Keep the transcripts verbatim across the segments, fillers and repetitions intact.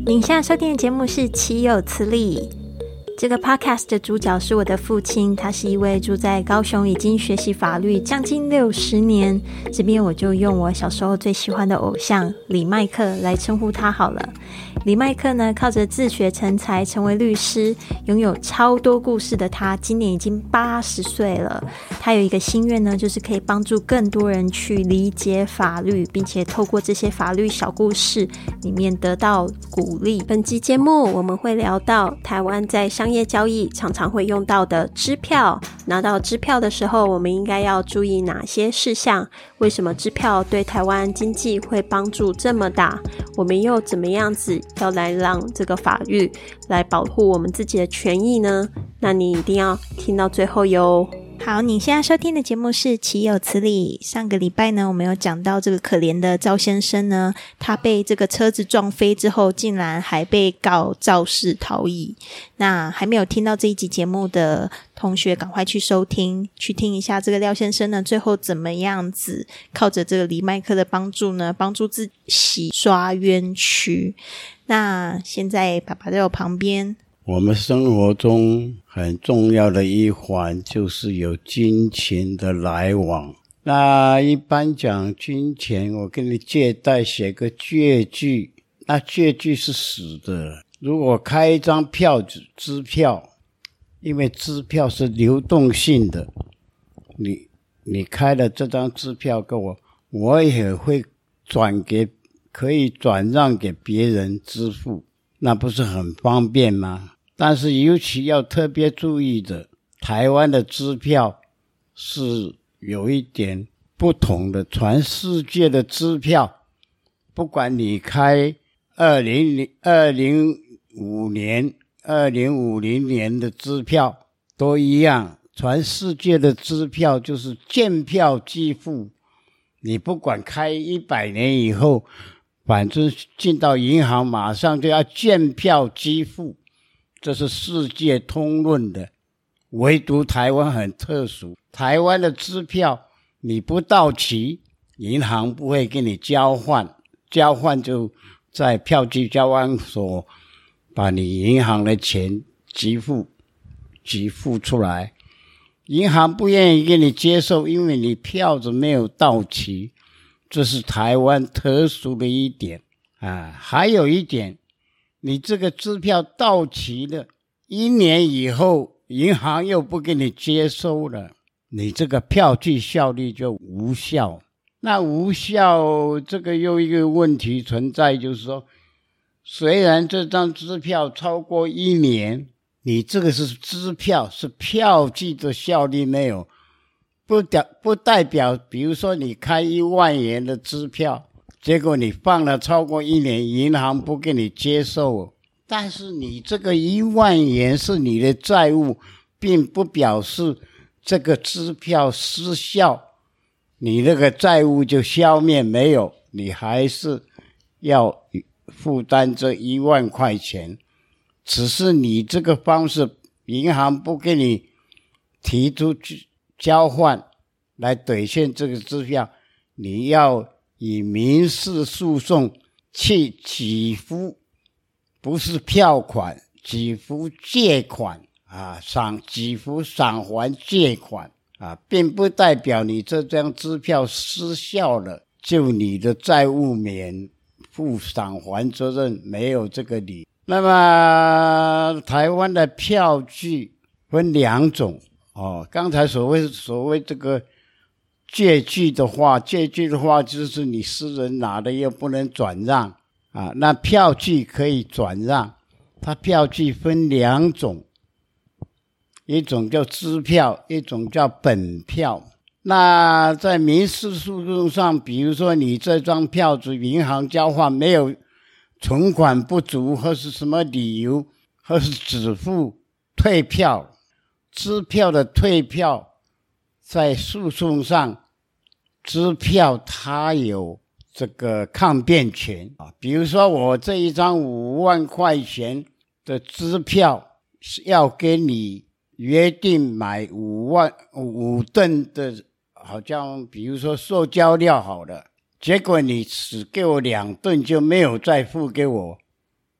您现在收听的节目是《岂有此理》。这个 podcast 的主角是我的父亲，他是一位住在高雄，已经学习法律将近六十年。这边我就用我小时候最喜欢的偶像李麦克来称呼他好了。李麦克呢，靠着自学成才成为律师，拥有超多故事的他，今年已经八十岁了。他有一个心愿呢，就是可以帮助更多人去理解法律，并且透过这些法律小故事里面得到鼓励。本集节目我们会聊到台湾在商业交易常常会用到的支票，拿到支票的时候我们应该要注意哪些事项，为什么支票对台湾经济会帮助这么大，我们又怎么样子要来让这个法律来保护我们自己的权益呢？那你一定要听到最后哟。好，你现在收听的节目是《岂有此理》。上个礼拜呢，我们有讲到这个可怜的赵先生呢，他被这个车子撞飞之后，竟然还被告肇事逃逸。那还没有听到这一集节目的同学，赶快去收听，去听一下这个廖先生呢，最后怎么样子靠着这个李麦克的帮助呢，帮助自己洗刷冤屈。那现在爸爸在我旁边。 我们生活中很重要的一环就是有金钱的来往。那一般讲金钱，我跟你借贷写个借据，那借据是死的。如果开一张票子支票，因为支票是流动性的，你你开了这张支票给我，我也会转给，可以转让给别人支付，那不是很方便吗？但是尤其要特别注意的，台湾的支票是有一点不同的，全世界的支票，不管你开二零五年、二零五零年的支票都一样，全世界的支票就是见票即付，你不管开一百年以后，反正进到银行马上就要见票即付，这是世界通论的，唯独台湾很特殊。台湾的支票你不到期，银行不会给你交换，交换就在票据交换所把你银行的钱给付给付出来，银行不愿意给你接受，因为你票子没有到期，这是台湾特殊的一点啊。还有一点，你这个支票到期了一年以后，银行又不给你接收了，你这个票据效力就无效。那无效这个又一个问题存在，就是说虽然这张支票超过一年，你这个是支票，是票据的效力没有，不代不代表比如说你开一万元的支票，结果你放了超过一年，银行不给你接受，但是你这个一万元是你的债务，并不表示这个支票失效，你那个债务就消灭没有，你还是要负担这一万块钱，只是你这个方式银行不给你提出交换来兑现这个支票，你要以民事诉讼去给付，不是票款，给付借款啊，偿给付偿还借款啊，并不代表你这张支票失效了，就你的债务免负偿还责任，没有这个理。那么台湾的票据分两种哦，刚才所谓所谓这个借据的话，借据的话就是你私人拿的又不能转让啊，那票据可以转让，它票据分两种，一种叫支票，一种叫本票。那在民事诉讼上，比如说你这张票子银行交换没有存款不足，或是什么理由，或是止付退票，支票的退票在诉讼上，支票它有这个抗辩权啊。比如说我这一张五万块钱的支票是要跟你约定买五万五吨的，好像比如说塑胶料好了，结果你只给我两吨就没有再付给我，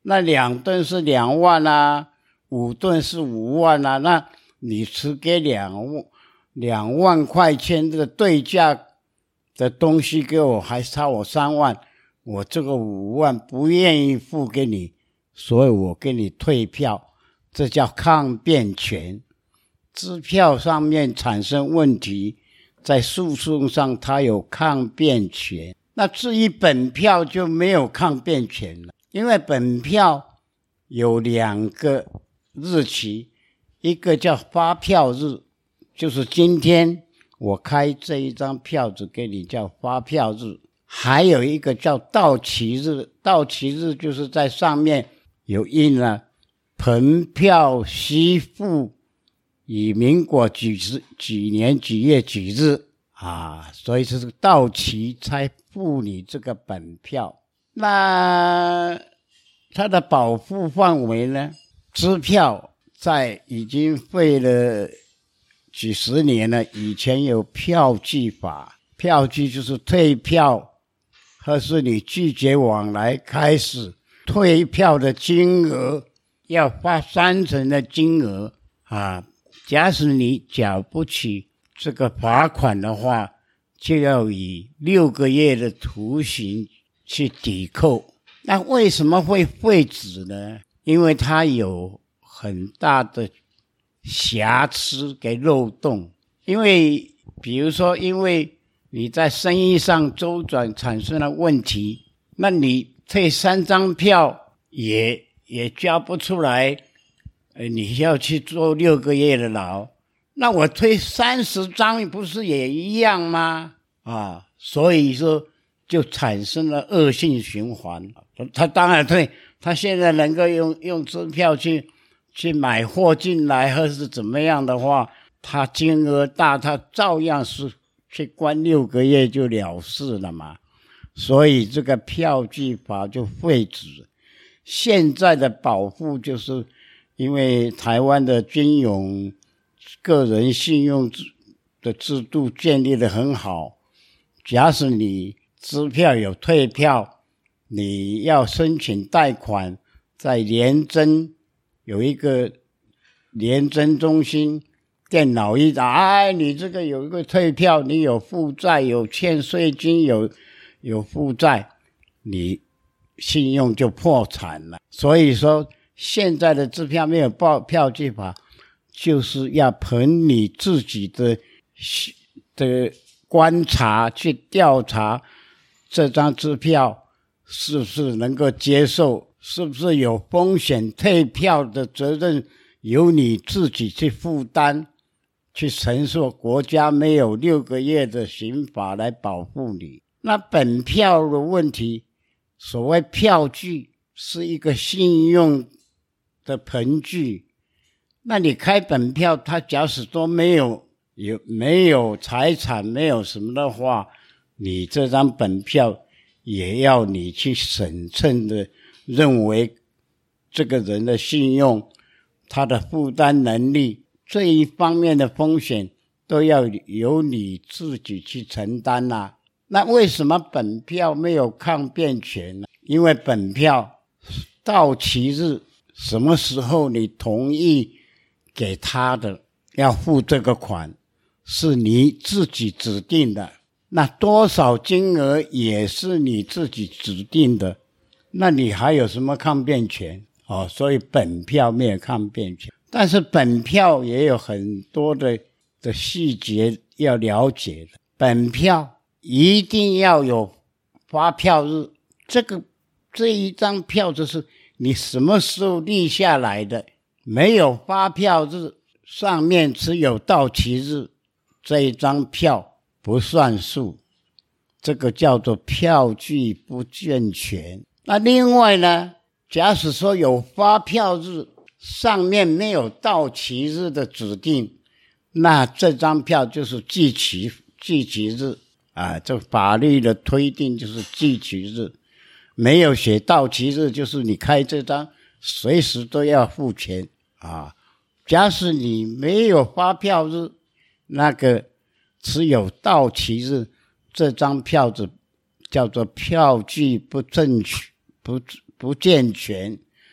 那两吨是两万啊，五吨是五万啊，那你只给两两万块钱的对价的东西给我，还差我三万，我这个五万不愿意付给你，所以我给你退票，这叫抗辩权。支票上面产生问题，在诉讼上它有抗辩权。那至于本票就没有抗辩权了，因为本票有两个日期，一个叫发票日，就是今天我开这一张票子给你叫发票日，还有一个叫到期日，到期日就是在上面有印了本票须付以民国几日几年几月几日啊，所以这是到期才付你这个本票。那它的保护范围呢？支票在已经废了几十年了，以前有票据法，票据就是退票或是你拒绝往来开始，退票的金额要发三成的金额啊。假使你缴不起这个罚款的话，就要以六个月的徒刑去抵扣。那为什么会废止呢？因为它有很大的瑕疵给漏洞。因为比如说因为你在生意上周转产生了问题，那你退三张票也也交不出来，你要去坐六个月的牢，那我推三十张不是也一样吗？啊，所以说就产生了恶性循环。他当然对，他现在能够用用支票去去买货进来，或是怎么样的话，他金额大，他照样是去关六个月就了事了嘛。所以这个票据法就废止。现在的保护就是因为台湾的金融个人信用的制度建立得很好，假使你支票有退票，你要申请贷款，在联征有一个联征中心，电脑一打，哎，你这个有一个退票，你有负债，有欠税金，有有负债，你信用就破产了。所以说现在的支票没有报票据法，就是要凭你自己的的观察去调查这张支票是不是能够接受，是不是有风险，退票的责任由你自己去负担，去承受，国家没有六个月的刑法来保护你。那本票的问题，所谓票据是一个信用的凭据，那你开本票，他假使都没有有没有财产，没有什么的话，你这张本票也要你去审称的认为这个人的信用，他的负担能力，这一方面的风险都要由你自己去承担啊。那为什么本票没有抗辩权呢？因为本票到期日什么时候你同意给他的要付这个款是你自己指定的，那多少金额也是你自己指定的，那你还有什么抗辩权？哦，所以本票没有抗辩权。但是本票也有很多的的细节要了解的。本票一定要有发票日，这个这一张票就是你什么时候立下来的，没有发票日，上面只有到期日，这一张票不算数，这个叫做票据不健全。那另外呢，假使说有发票日，上面没有到期日的指定，那这张票就是计期计期日啊，这法律的推定就是计期日，没有写到期日，就是你开这张随时都要付钱啊。假使你没有发票日，那个只有到期日，这张票子叫做票据不正确不不健全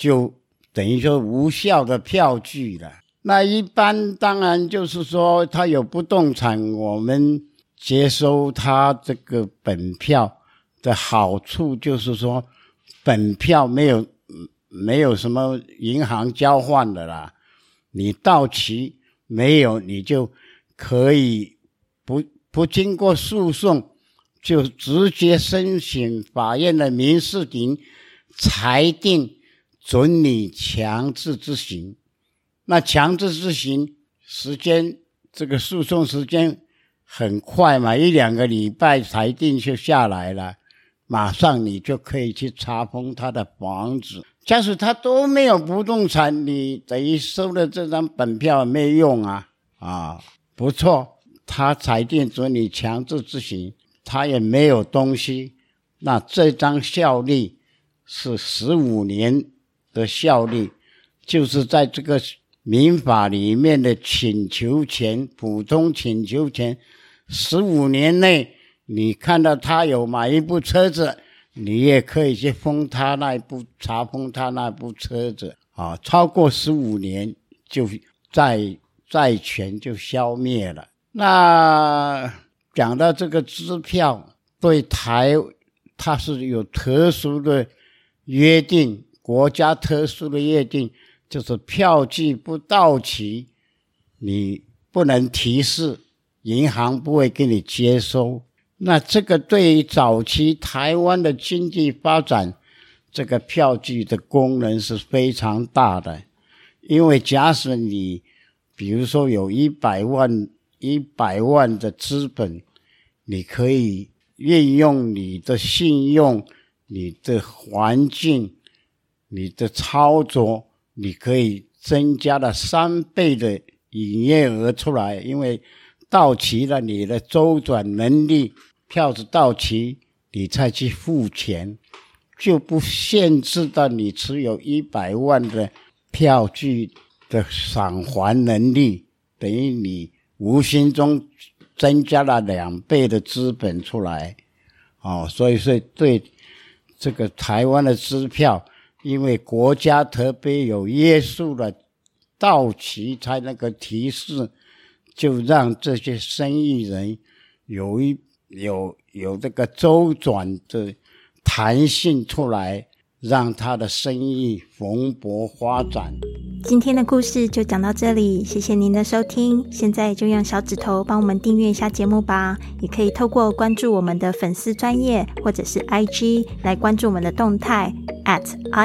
就等于说无效的票据了。那一般当然就是说他有不动产，我们接收他这个本票的好处就是说本票没有没有什么银行交换的啦，你到期没有你就可以不不经过诉讼就直接申请法院的民事庭裁定准你强制执行。那强制执行时间这个诉讼时间很快嘛，一两个礼拜裁定就下来了，马上你就可以去查封他的房子。假使他都没有不动产，你等于收了这张本票没用啊。啊，不错，他裁定准你强制执行，他也没有东西，那这张效力是十五年的效力，就是在这个民法里面的请求权，普通请求权，十五年内你看到他有买一部车子，你也可以去封他那一部，查封他那部车子啊，超过十五年就债债权就消灭了。那讲到这个支票，对台它是有特殊的约定，国家特殊的约定，就是票据不到期你不能提示，银行不会给你接收。那这个对于早期台湾的经济发展，这个票据的功能是非常大的。因为假使你比如说有一百万一百万的资本，你可以运用你的信用，你的环境，你的操作，你可以增加了三倍的营业额出来。因为到期了，你的周转能力，票子到期你才去付钱，就不限制到你持有一百万的票据的偿还能力，等于你无形中增加了两倍的资本出来。哦，所以说对这个台湾的支票，因为国家特别有约束了，到期才那个提示，就让这些生意人有一有有这个周转的弹性出来，让他的生意蓬勃发展。 今天的故事就讲到这里，谢谢您的收听。现在就用小指头帮我们订阅一下节目吧，也可以透过关注我们的粉丝专页或者是 I G 来关注我们的动态 at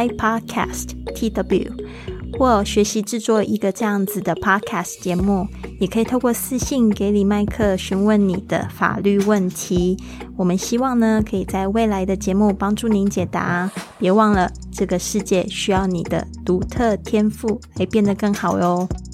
ipodcasttw， 或学习制作一个这样子的 podcast 节目，也可以透过私信给李麦克询问你的法律问题。我们希望呢，可以在未来的节目帮助您解答。别忘了，这个世界需要你的独特天赋来变得更好哟。